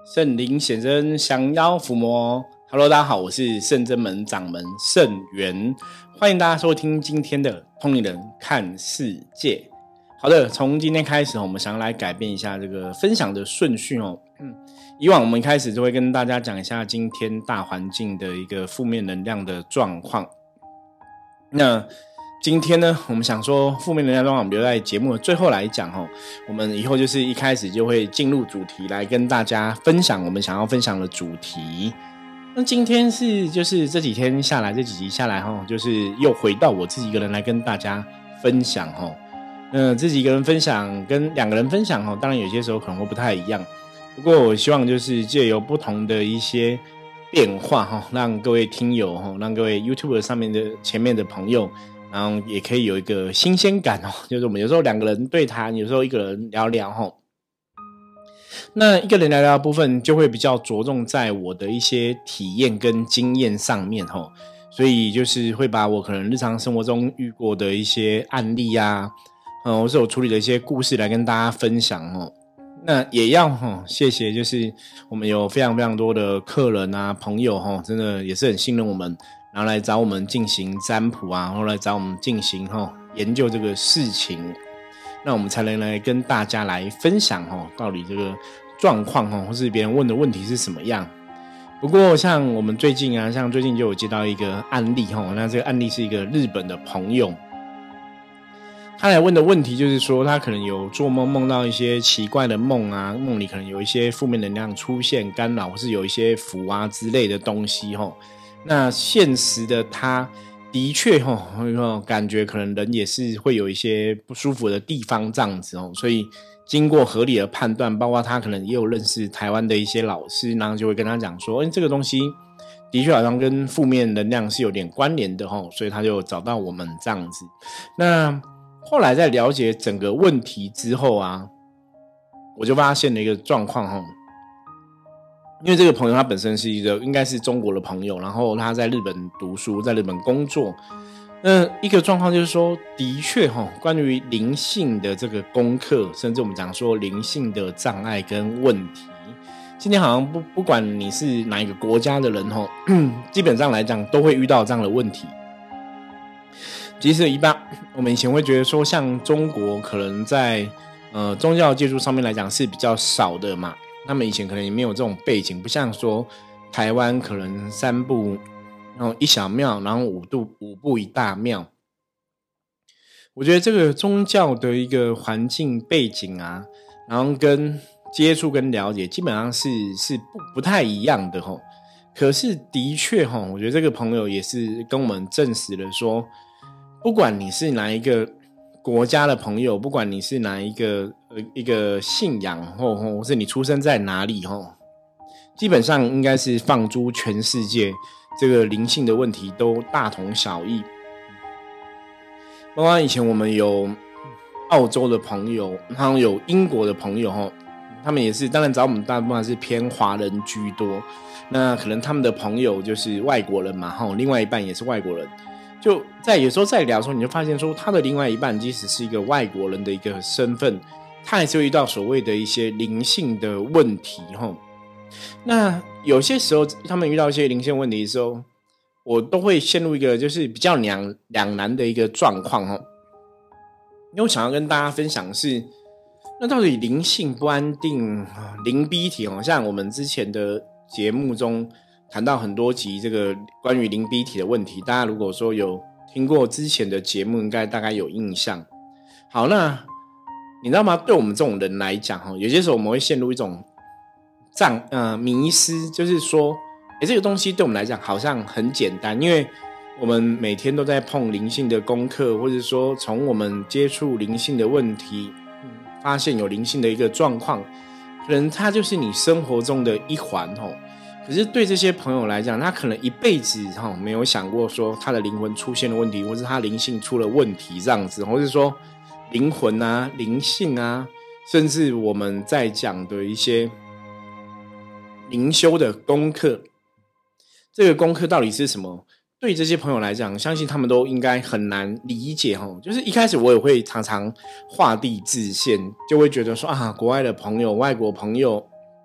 圣灵显真，降妖伏魔。Hello， 大家好，我是圣真门掌门圣元，欢迎大家收听今天的通灵人看世界。好的，从今天开始，我们想要来改变一下这个分享的顺序哦。以往我们一开始就会跟大家讲一下今天大环境的一个负面能量的状况。那今天呢，我们想说负面能量状况我们留在节目的最后来讲哦。我们以后就是一开始就会进入主题来跟大家分享我们想要分享的主题。那今天是就是这几天下来这几集下来就是又回到我自己一个人来跟大家分享自己一个人分享跟两个人分享当然有些时候可能会不太一样，不过我希望就是借由不同的一些变化让各位听友让各位 YouTube 上面的前面的朋友，然后也可以有一个新鲜感就是我们有时候两个人对谈，有时候一个人聊聊那一个人聊聊的部分就会比较着重在我的一些体验跟经验上面所以就是会把我可能日常生活中遇过的一些案例啊或是我处理的一些故事来跟大家分享那也要谢谢就是我们有非常非常多的客人啊朋友真的也是很信任我们，然后来找我们进行占卜啊，然后来找我们进行研究这个事情，那我们才能来跟大家来分享到底这个状况或是别人问的问题是什么样。不过像我们最近啊，像最近就有接到一个案例那这个案例是一个日本的朋友，他来问的问题就是说他可能有做梦梦到一些奇怪的梦啊，梦里可能有一些负面能量出现干扰，或是有一些符啊之类的东西那现实的他的确感觉可能人也是会有一些不舒服的地方这样子所以经过合理的判断，包括他可能也有认识台湾的一些老师，然后就会跟他讲说这个东西的确好像跟负面能量是有点关联的所以他就找到我们这样子。那后来在了解整个问题之后啊，我就发现了一个状况因为这个朋友他本身是一个应该是中国的朋友，然后他在日本读书，在日本工作。一个状况就是说的确关于灵性的这个功课，甚至我们讲说灵性的障碍跟问题，今天好像不管你是哪一个国家的人基本上来讲都会遇到这样的问题。其实一般我们以前会觉得说像中国可能在宗教接触上面来讲是比较少的嘛，他们以前可能也没有这种背景，不像说台湾可能3步然后一小庙，然后五步一大庙。我觉得这个宗教的一个环境背景啊，然后跟接触跟了解基本上是不太一样的可是的确我觉得这个朋友也是跟我们证实了说，不管你是哪一个国家的朋友，不管你是哪一个信仰或是你出生在哪里基本上应该是放诸全世界，这个灵性的问题都大同小异。包括以前我们有澳洲的朋友，然后有英国的朋友他们也是当然找我们大部分是偏华人居多，那可能他们的朋友就是外国人嘛另外一半也是外国人，就在有时候在聊的时候你就发现说他的另外一半即使是一个外国人的一个身份，他还是会遇到所谓的一些灵性的问题那有些时候他们遇到一些灵性问题的时候，我都会陷入一个就是比较两难的一个状况因为我想要跟大家分享的是，那到底灵性不安定灵逼体像我们之前的节目中谈到很多集这个关于灵逼体的问题，大家如果说有听过之前的节目应该大概有印象。好，那你知道吗，对我们这种人来讲有些时候我们会陷入一种迷失，就是说这个东西对我们来讲好像很简单，因为我们每天都在碰灵性的功课，或者说从我们接触灵性的问题发现有灵性的一个状况，可能它就是你生活中的一环可是对这些朋友来讲，他可能一辈子没有想过说他的灵魂出现了问题，或是他灵性出了问题这样子，或是说灵魂啊灵性啊，甚至我们在讲的一些灵修的功课，这个功课到底是什么？对这些朋友来讲，相信他们都应该很难理解就是一开始我也会常常画地自限，就会觉得说国外的朋友外国朋友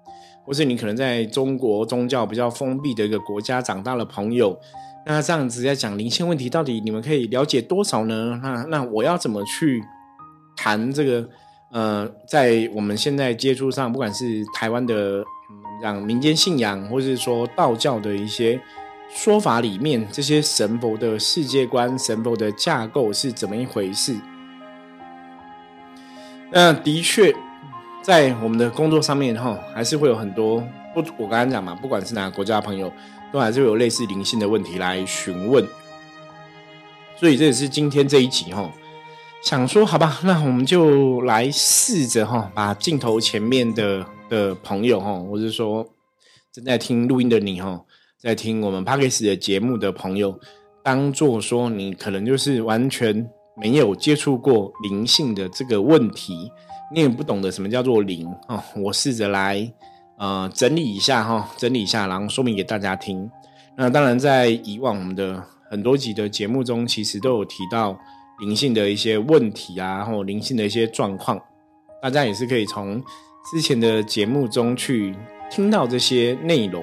或是你可能在中国宗教比较封闭的一个国家长大的朋友，那这样子在讲灵性问题，到底你们可以了解多少呢？那我要怎么去谈这个在我们现在接触上，不管是台湾的讲民间信仰，或是说道教的一些说法里面，这些神佛的世界观、神佛的架构是怎么一回事？那的确在我们的工作上面还是会有很多我刚才讲嘛，不管是哪个国家的朋友，都还是会有类似灵性的问题来询问。所以这也是今天这一集想说好吧，那我们就来试着把镜头前面的朋友或者说正在听录音的你在听我们 Podcast 的节目的朋友，当作说你可能就是完全没有接触过灵性的这个问题，你也不懂得什么叫做灵我试着来整理一下然后说明给大家听。那当然在以往我们的很多集的节目中，其实都有提到灵性的一些问题啊，或灵性的一些状况，大家也是可以从之前的节目中去听到这些内容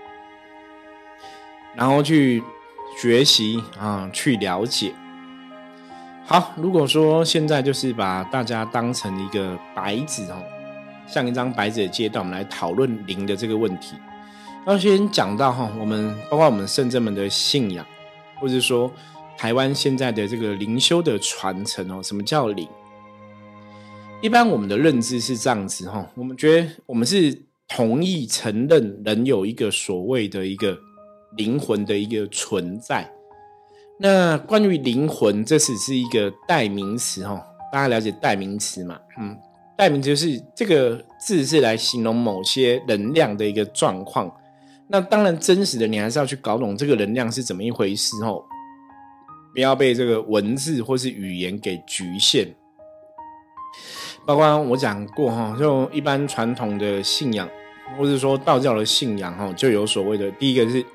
然后去学习去了解。好，如果说现在就是把大家当成一个白纸像一张白纸的街道，我们来讨论灵的这个问题。要先讲到我们包括我们圣真门的信仰，或者说台湾现在的这个灵修的传承什么叫灵？一般我们的认知是这样子我们觉得我们是同意承认人有一个所谓的一个灵魂的一个存在。那关于灵魂，这只是一个代名词大家了解代名词嘛？代名词就是这个字是来形容某些能量的一个状况。那当然真实的你还是要去搞懂这个能量是怎么一回事不要被这个文字或是语言给局限。包括我讲过就一般传统的信仰或是说道教的信仰就有所谓的第一个是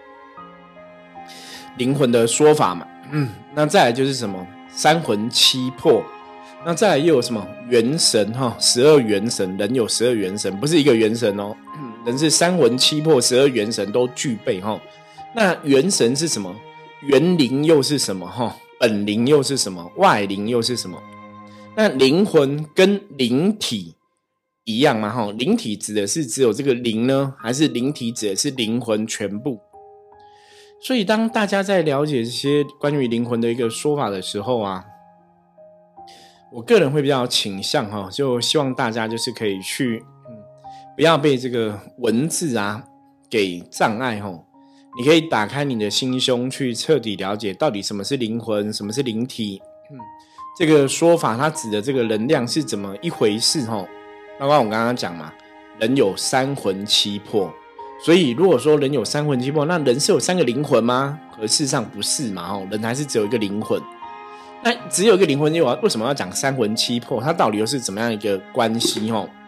灵魂的说法嘛，那再来就是什么三魂七魄，那再来又有什么元神12元神，人有12元神，不是一个元神人是三魂七魄12元神都具备那元神是什么？元灵又是什么本灵又是什么？外灵又是什么？那灵魂跟灵体一样吗？灵体指的是只有这个灵呢，还是灵体指的是灵魂全部？所以当大家在了解这些关于灵魂的一个说法的时候我个人会比较倾向就希望大家就是可以去不要被这个文字给障碍你可以打开你的心胸，去彻底了解到底什么是灵魂，什么是灵体这个说法它指的这个能量是怎么一回事包括我刚刚讲嘛，人有三魂七魄，所以如果说人有三魂七魄，那人是有3个灵魂吗？可事实上不是嘛人还是只有一个灵魂。那只有一个灵魂，为什么要讲三魂七魄？它到底又是怎么样一个关系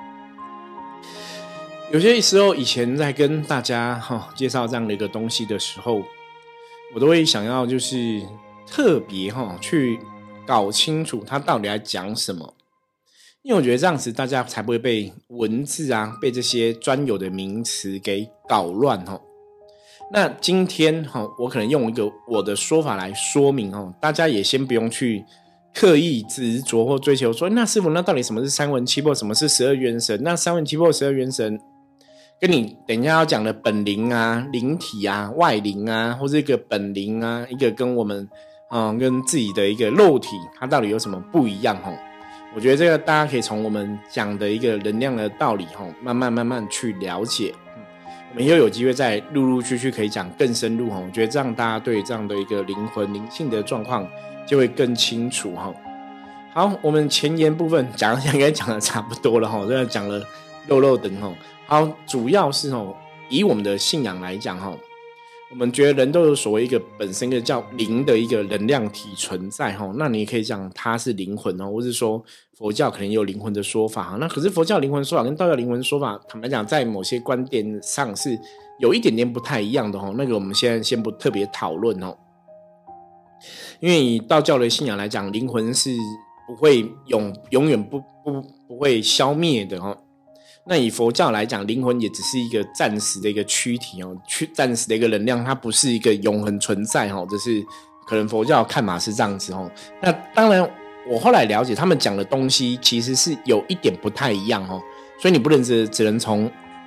有些时候以前在跟大家介绍这样的一个东西的时候，我都会想要就是特别去搞清楚它到底在讲什么，因为我觉得这样子大家才不会被文字被这些专有的名词给搞乱那今天我可能用一个我的说法来说明大家也先不用去刻意执着或追求说那师父那到底什么是三魂七魄，什么是12元神？那三魂七魄12元神跟你等一下要讲的本灵灵体外灵或者一个本灵一个跟我们跟自己的一个肉体它到底有什么不一样我觉得这个大家可以从我们讲的一个能量的道理慢慢去了解我们又有机会再陆陆续续可以讲更深入我觉得这样大家对这样的一个灵魂灵性的状况就会更清楚好，我们前言部分应该讲的差不多了真的讲了肉等好，主要是以我们的信仰来讲我们觉得人都有所谓一个本身一个叫灵的一个能量体存在那你也可以讲它是灵魂或是说佛教可能也有灵魂的说法那可是佛教灵魂说法跟道教灵魂说法坦白讲在某些观点上是有一点点不太一样的那个我们现在先不特别讨论因为以道教的信仰来讲，灵魂是不会永远不会消灭的那以佛教来讲，灵魂也只是一个暂时的一个躯体暂时的一个能量，它不是一个永恒存在这是可能佛教看法是这样子那当然我后来了解他们讲的东西其实是有一点不太一样所以你不能只能从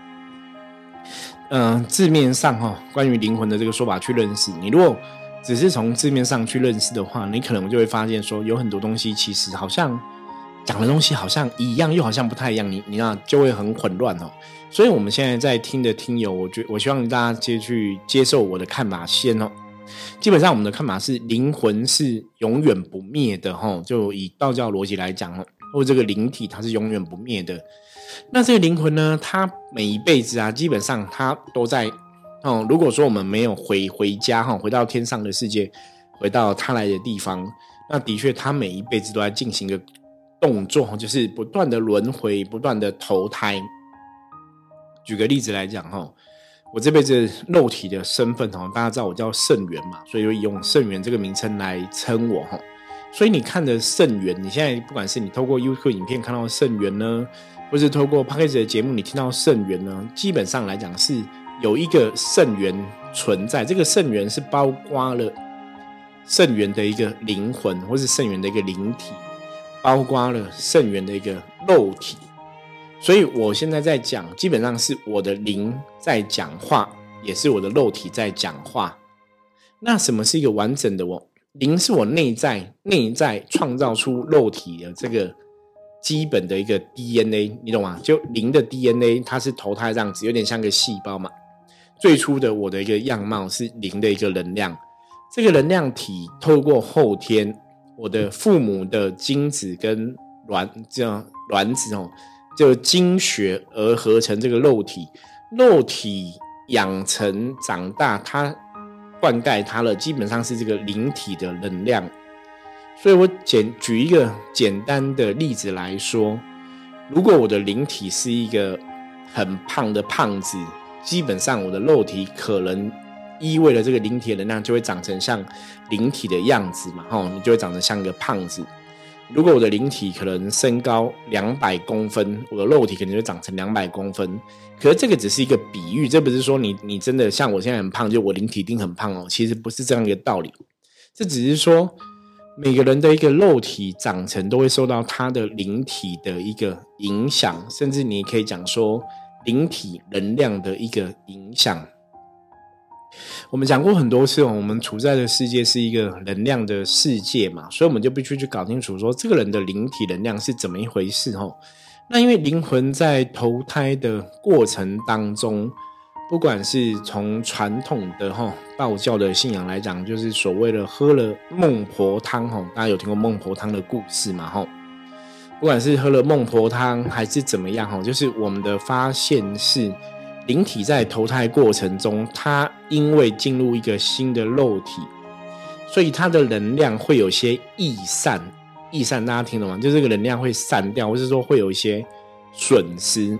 字面上关于灵魂的这个说法去认识。你如果只是从字面上去认识的话，你可能就会发现说有很多东西其实好像讲的东西好像一样又好像不太一样，你就会很混乱所以我们现在在听的听友，我希望大家去接受我的看法先基本上我们的看法是灵魂是永远不灭的就以道教逻辑来讲或者这个灵体它是永远不灭的。那这个灵魂呢，它每一辈子基本上它都在如果说我们没有回家回到天上的世界，回到他来的地方，那的确他每一辈子都在进行一个动作，就是不断的轮回，不断的投胎。举个例子来讲我这辈子肉体的身份大家知道我叫圣元嘛，所以会用圣元这个名称来称我所以你看的圣元，你现在不管是你透过 YouTube 影片看到圣元呢，或是透过 Podcast 的节目你听到圣元呢，基本上来讲是有一个圣元存在，这个圣元是包括了圣元的一个灵魂，或是圣元的一个灵体，包括了圣元的一个肉体。所以我现在在讲，基本上是我的灵在讲话，也是我的肉体在讲话。那什么是一个完整的我？灵是我内在创造出肉体的这个基本的一个 DNA， 你懂吗？就灵的 DNA 它是投胎这样子，有点像个细胞嘛。最初的我的一个样貌是灵的一个能量，这个能量体透过后天我的父母的精子跟卵子就精血而合成这个肉体，肉体养成长大，它灌溉它了，基本上是这个灵体的能量。所以我举一个简单的例子来说，如果我的灵体是一个很胖的胖子，基本上我的肉体可能依偎了这个灵体的能量，就会长成像灵体的样子嘛，你就会长得像一个胖子。如果我的灵体可能身高200公分，我的肉体可能就长成200公分。可是这个只是一个比喻，这不是说你真的像我现在很胖，就我灵体一定很胖其实不是这样一个道理。这只是说每个人的一个肉体长成都会受到他的灵体的一个影响，甚至你可以讲说灵体能量的一个影响。我们讲过很多次我们处在的世界是一个能量的世界嘛，所以我们就必须去搞清楚说这个人的灵体能量是怎么一回事那因为灵魂在投胎的过程当中，不管是从传统的道教的信仰来讲，就是所谓的喝了孟婆汤大家有听过孟婆汤的故事嘛不管是喝了孟婆汤还是怎么样就是我们的发现是灵体在投胎过程中，它因为进入一个新的肉体，所以它的能量会有些逸散，大家听懂吗？就是这个能量会散掉，或是说会有一些损失。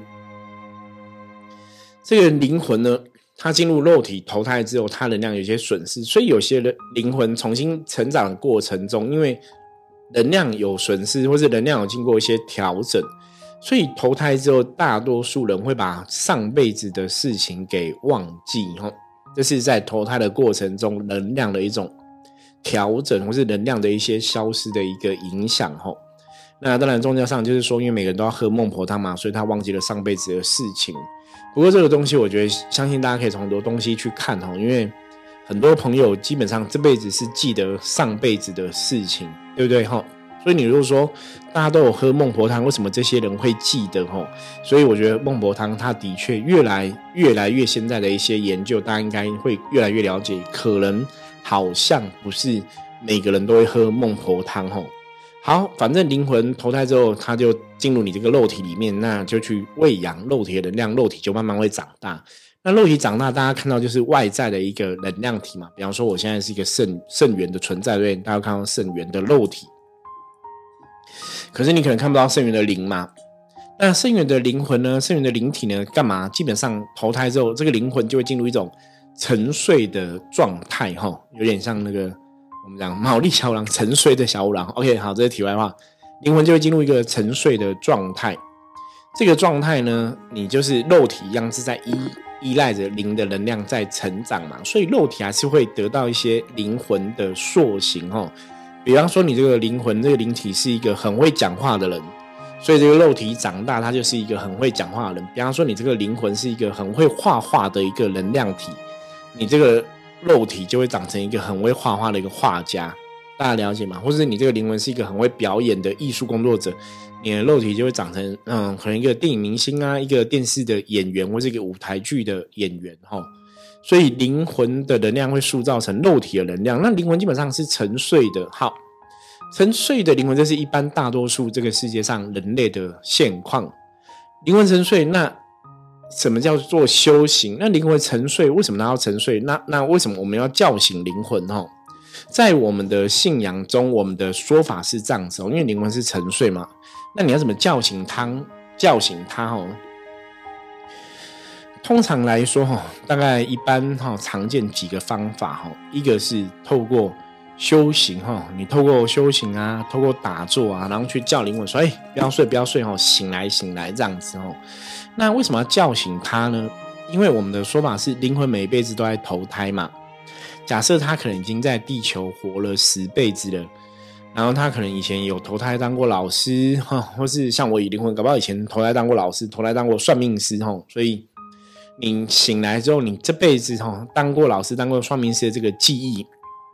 这个灵魂呢，它进入肉体投胎之后，它能量有些损失，所以有些灵魂重新成长的过程中，因为能量有损失，或是能量有经过一些调整，所以投胎之后大多数人会把上辈子的事情给忘记这是在投胎的过程中能量的一种调整，或是能量的一些消失的一个影响那当然宗教上就是说因为每个人都要喝孟婆汤嘛，所以他忘记了上辈子的事情。不过这个东西我觉得相信大家可以从很多东西去看因为很多朋友基本上这辈子是记得上辈子的事情，对不对所以你如果说大家都有喝孟婆汤，为什么这些人会记得所以我觉得孟婆汤它的确越来越现在的一些研究，大家应该会越来越了解，可能好像不是每个人都会喝孟婆汤好，反正灵魂投胎之后，它就进入你这个肉体里面，那就去喂养肉体的能量，肉体就慢慢会长大。那肉体长大，大家看到就是外在的一个能量体嘛，比方说我现在是一个圣元的存在，对，大家看到圣元的肉体。可是你可能看不到圣元的灵嘛，那圣元的灵魂呢，圣元的灵体呢，干嘛？基本上投胎之后，这个灵魂就会进入一种沉睡的状态有点像那个我们讲毛利小五郎沉睡的小五郎 OK 好，这是题外话。灵魂就会进入一个沉睡的状态， 这个状态呢，你就是肉体一样是在依赖着灵的能量在成长嘛，所以肉体还是会得到一些灵魂的塑形比方说你这个灵魂这个灵体是一个很会讲话的人，所以这个肉体长大它就是一个很会讲话的人。比方说你这个灵魂是一个很会画画的一个能量体，你这个肉体就会长成一个很会画画的一个画家，大家了解吗？或者是你这个灵魂是一个很会表演的艺术工作者，你的肉体就会长成可能一个电影明星啊，一个电视的演员，或是一个舞台剧的演员所以灵魂的能量会塑造成肉体的能量，那灵魂基本上是沉睡的。好，沉睡的灵魂，这是一般大多数这个世界上人类的现况。灵魂沉睡，那什么叫做修行？那灵魂沉睡，为什么它要沉睡？那为什么我们要叫醒灵魂在我们的信仰中，我们的说法是这样子因为灵魂是沉睡嘛，那你要怎么叫醒它通常来说大概一般常见几个方法一个是透过修行你透过修行啊，透过打坐啊，然后去叫灵魂说不要睡不要睡醒来醒来这样子那为什么要叫醒它呢？因为我们的说法是灵魂每一辈子都在投胎嘛，假设他可能已经在地球活了10辈子了，然后他可能以前有投胎当过老师或是像我以灵魂搞不好以前投胎当过老师，投胎当过算命师所以你醒来之后，你这辈子当过老师当过算命师的这个记忆，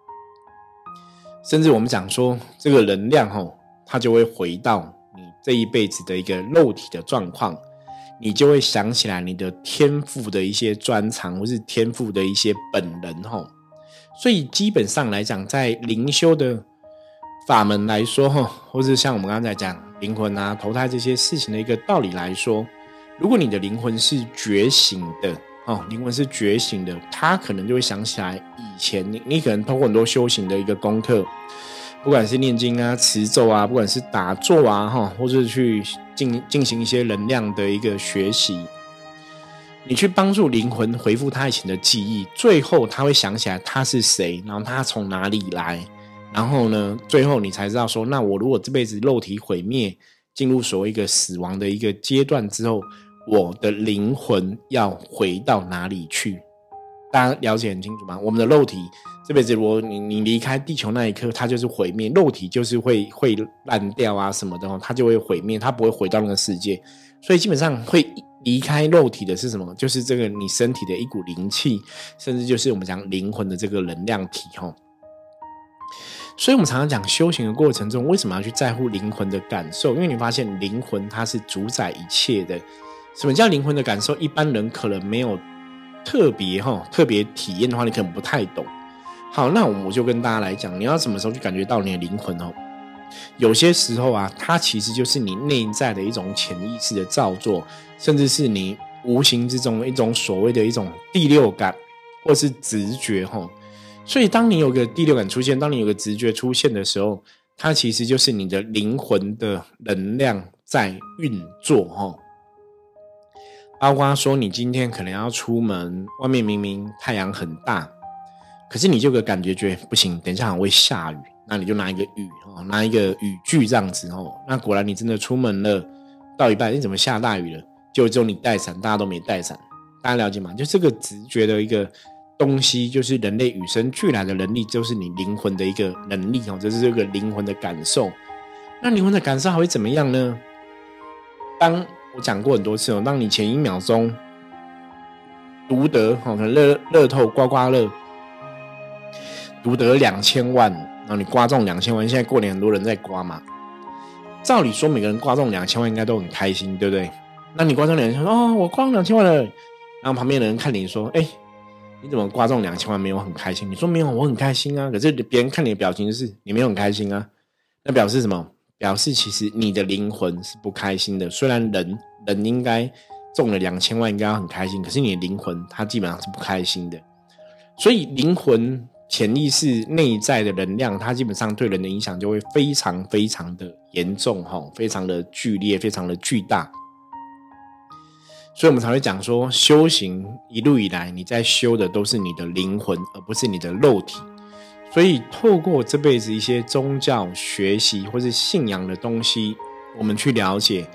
甚至我们讲说这个能量它就会回到你这一辈子的一个肉体的状况，你就会想起来你的天赋的一些专长，或是天赋的一些本能所以基本上来讲，在灵修的法门来说或是像我们刚才讲灵魂啊投胎这些事情的一个道理来说，如果你的灵魂是觉醒的灵魂是觉醒的，他可能就会想起来以前你可能通过很多修行的一个功课，不管是念经啊持咒啊，不管是打坐啊或者去进行一些能量的一个学习，你去帮助灵魂恢复他以前的记忆，最后他会想起来他是谁，然后他从哪里来，然后呢最后你才知道说，那我如果这辈子肉体毁灭，进入所谓一个死亡的一个阶段之后，我的灵魂要回到哪里去？大家了解很清楚吗？我们的肉体这辈子如果你离开地球那一刻，它就是毁灭，肉体就是会烂掉啊什么的它就会毁灭，它不会回到那个世界。所以基本上会离开肉体的是什么？就是这个你身体的一股灵气，甚至就是我们讲灵魂的这个能量体所以我们常常讲修行的过程中，为什么要去在乎灵魂的感受？因为你发现灵魂它是主宰一切的。什么叫灵魂的感受？一般人可能没有特别体验的话，你可能不太懂。好，那我就跟大家来讲，你要什么时候去感觉到你的灵魂有些时候啊，它其实就是你内在的一种潜意识的造作，甚至是你无形之中的一种所谓的一种第六感或是直觉所以当你有个第六感出现，当你有个直觉出现的时候，它其实就是你的灵魂的能量在运作包括说你今天可能要出门，外面明明太阳很大，可是你就有个感觉觉得不行，等一下好像会下雨，那你就拿一个拿一个雨具这样子那果然你真的出门了，到一半你怎么下大雨了，就只有你带伞，大家都没带伞。大家了解吗？就这个直觉的一个东西，就是人类与生俱来的能力，就是你灵魂的一个能力这是这个灵魂的感受。那灵魂的感受还会怎么样呢？当我讲过很多次当你前一秒钟独得可能乐透刮刮乐独得2000万，然后你刮中2000万，现在过年很多人在刮嘛，照理说每个人刮中2000万应该都很开心，对不对？那你刮中2000万我刮中2000万了，然后旁边的人看你说你怎么刮中2000万没有很开心？你说没有，我很开心啊，可是别人看你的表情就是你没有很开心啊，那表示什么？表示其实你的灵魂是不开心的。虽然人应该中了2000万应该要很开心，可是你的灵魂它基本上是不开心的。所以灵魂潜意识内在的能量，它基本上对人的影响就会非常非常的严重非常的剧烈，非常的巨大。所以我们才会讲说，修行一路以来你在修的都是你的灵魂，而不是你的肉体。所以透过这辈子一些宗教学习或是信仰的东西，我们去了解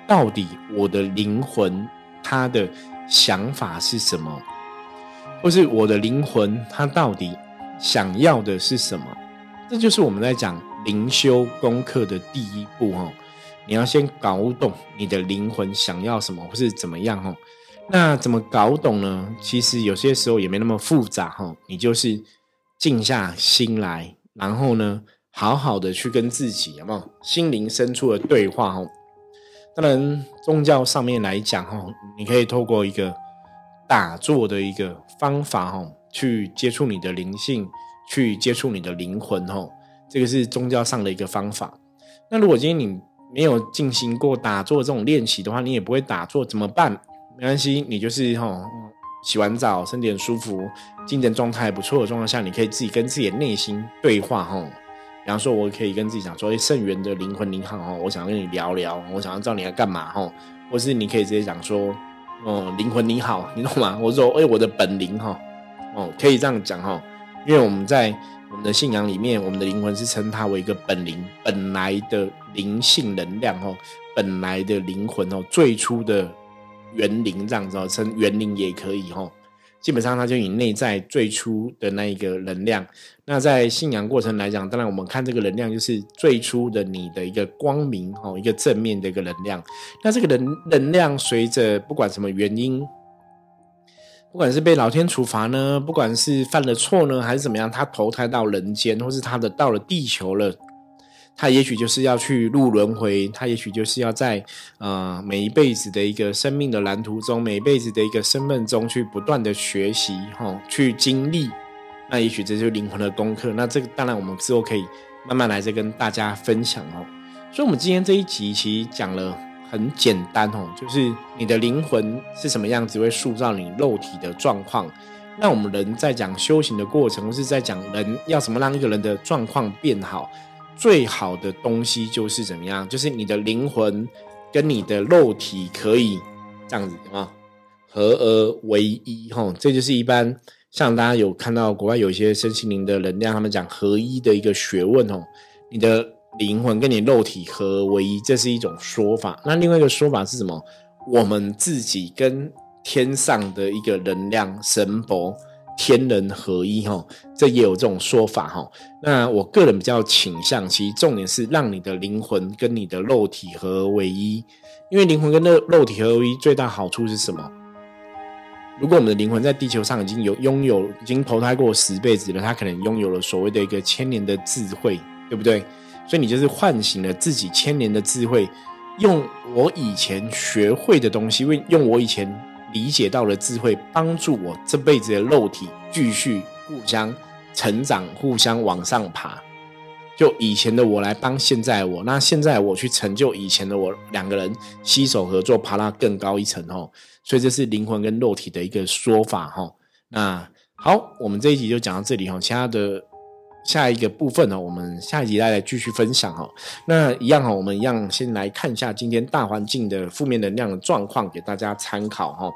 到底我的灵魂它的想法是什么，或是我的灵魂它到底想要的是什么。这就是我们在讲灵修功课的第一步你要先搞懂你的灵魂想要什么或是怎么样那怎么搞懂呢？其实有些时候也没那么复杂你就是静下心来，然后呢好好的去跟自己有没有心灵深处的对话当然宗教上面来讲你可以透过一个打坐的一个方法去接触你的灵性，去接触你的灵魂这个是宗教上的一个方法。那如果今天你没有进行过打坐这种练习的话，你也不会打坐怎么办？没关系，你就是洗完澡身体很舒服，精神状态还不错的状况下，你可以自己跟自己的内心对话比方说我可以跟自己讲说圣元的灵魂你好我想跟你聊聊，我想要知道你要干嘛或是你可以直接讲说灵魂你好，你懂吗？我说我的本灵可以这样讲因为我们在我们的信仰里面，我们的灵魂是称它为一个本灵，本来的灵性能量本来的灵魂最初的元灵这样子称元灵也可以基本上它就你内在最初的那一个能量。那在信仰过程来讲，当然我们看这个能量就是最初的你的一个光明一个正面的一个能量。那这个能量随着不管什么原因，不管是被老天处罚呢，不管是犯了错呢，还是怎么样，他投胎到人间，或是他到了地球了，他也许就是要去入轮回，他也许就是要在每一辈子的一个生命的蓝图中，每一辈子的一个身份中去不断的学习去经历。那也许这就是灵魂的功课。那这个当然我们之后可以慢慢来再跟大家分享所以我们今天这一集其实讲了很简单就是你的灵魂是什么样子会塑造你肉体的状况。那我们人在讲修行的过程，或是在讲人要怎么让一个人的状况变好，最好的东西就是怎么样，就是你的灵魂跟你的肉体可以这样子合而为一这就是一般像大家有看到国外有一些身心灵的能量，他们讲合一的一个学问你的灵魂跟你肉体合而为一，这是一种说法。那另外一个说法是什么？我们自己跟天上的一个能量神佛天人合一这也有这种说法那我个人比较倾向，其实重点是让你的灵魂跟你的肉体合而为一。因为灵魂跟肉体合而为一最大好处是什么？如果我们的灵魂在地球上已经投胎过10辈子了，他可能拥有了所谓的一个千年的智慧，对不对？所以你就是唤醒了自己千年的智慧，用我以前学会的东西，用我以前理解到的智慧，帮助我这辈子的肉体继续互相成长，互相往上爬。就以前的我来帮现在的我，那现在我去成就以前的我，两个人携手合作爬到更高一层所以这是灵魂跟肉体的一个说法那好，我们这一集就讲到这里其他的下一个部分我们下一集再来继续分享那一样我们一样先来看一下今天大环境的负面能量的状况，给大家参考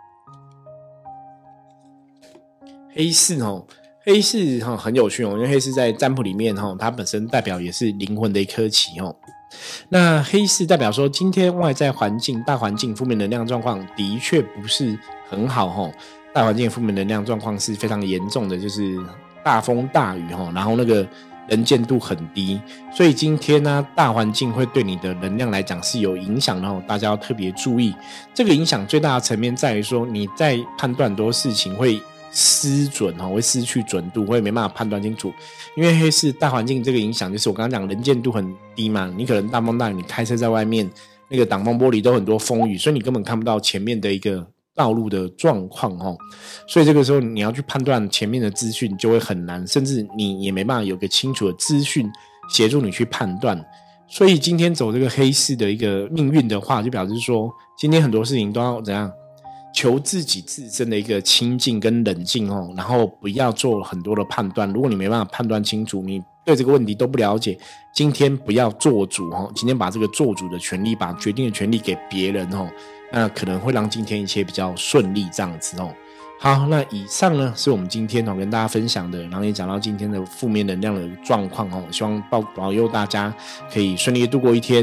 黑市很有趣因为黑市在占卜里面它本身代表也是灵魂的一颗棋那黑市代表说今天外在环境大环境负面能量状况的确不是很好大环境负面能量状况是非常严重的，就是大风大雨然后那个能见度很低，所以今天呢大环境会对你的能量来讲是有影响的大家要特别注意。这个影响最大的层面在于说你在判断很多事情会失准会失去准度，会没办法判断清楚。因为黑市大环境这个影响就是我刚刚讲能见度很低嘛，你可能大风大雨，你开车在外面那个挡风玻璃都很多风雨，所以你根本看不到前面的一个道路的状况所以这个时候你要去判断前面的资讯就会很难，甚至你也没办法有个清楚的资讯协助你去判断。所以今天走这个黑市的一个命运的话，就表示说今天很多事情都要怎样求自己自身的一个清静跟冷静然后不要做很多的判断。如果你没办法判断清楚，你对这个问题都不了解，今天不要做主今天把这个做主的权利，把决定的权利给别人那可能会让今天一切比较顺利这样子好，那以上呢是我们今天跟大家分享的，然后也讲到今天的负面能量的状况希望保佑大家可以顺利的度过一天。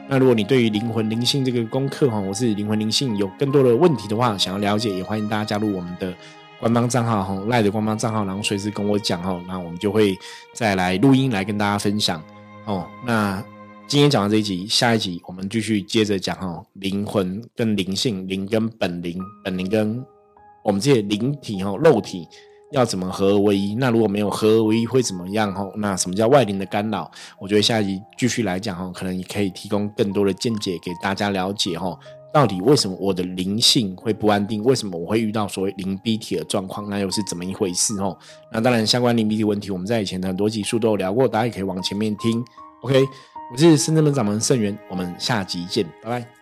那如果你对于灵魂灵性这个功课或是灵魂灵性有更多的问题的话，想要了解，也欢迎大家加入我们的官方账号，LINE 的官方账号，然后随时跟我讲，那我们就会再来录音来跟大家分享。那今天讲到这一集，下一集我们继续接着讲灵魂跟灵性，灵跟本灵，本灵跟我们这些灵体肉体要怎么合而为一，那如果没有合而为一会怎么样，那什么叫外灵的干扰，我觉得下一集继续来讲，可能也可以提供更多的见解给大家了解，到底为什么我的灵性会不安定，为什么我会遇到所谓灵逼体的状况，那又是怎么一回事。那当然相关灵逼体问题我们在以前的很多集数都有聊过，大家也可以往前面听。 OK， 我是圣真门掌门圣元，我们下集见，拜拜。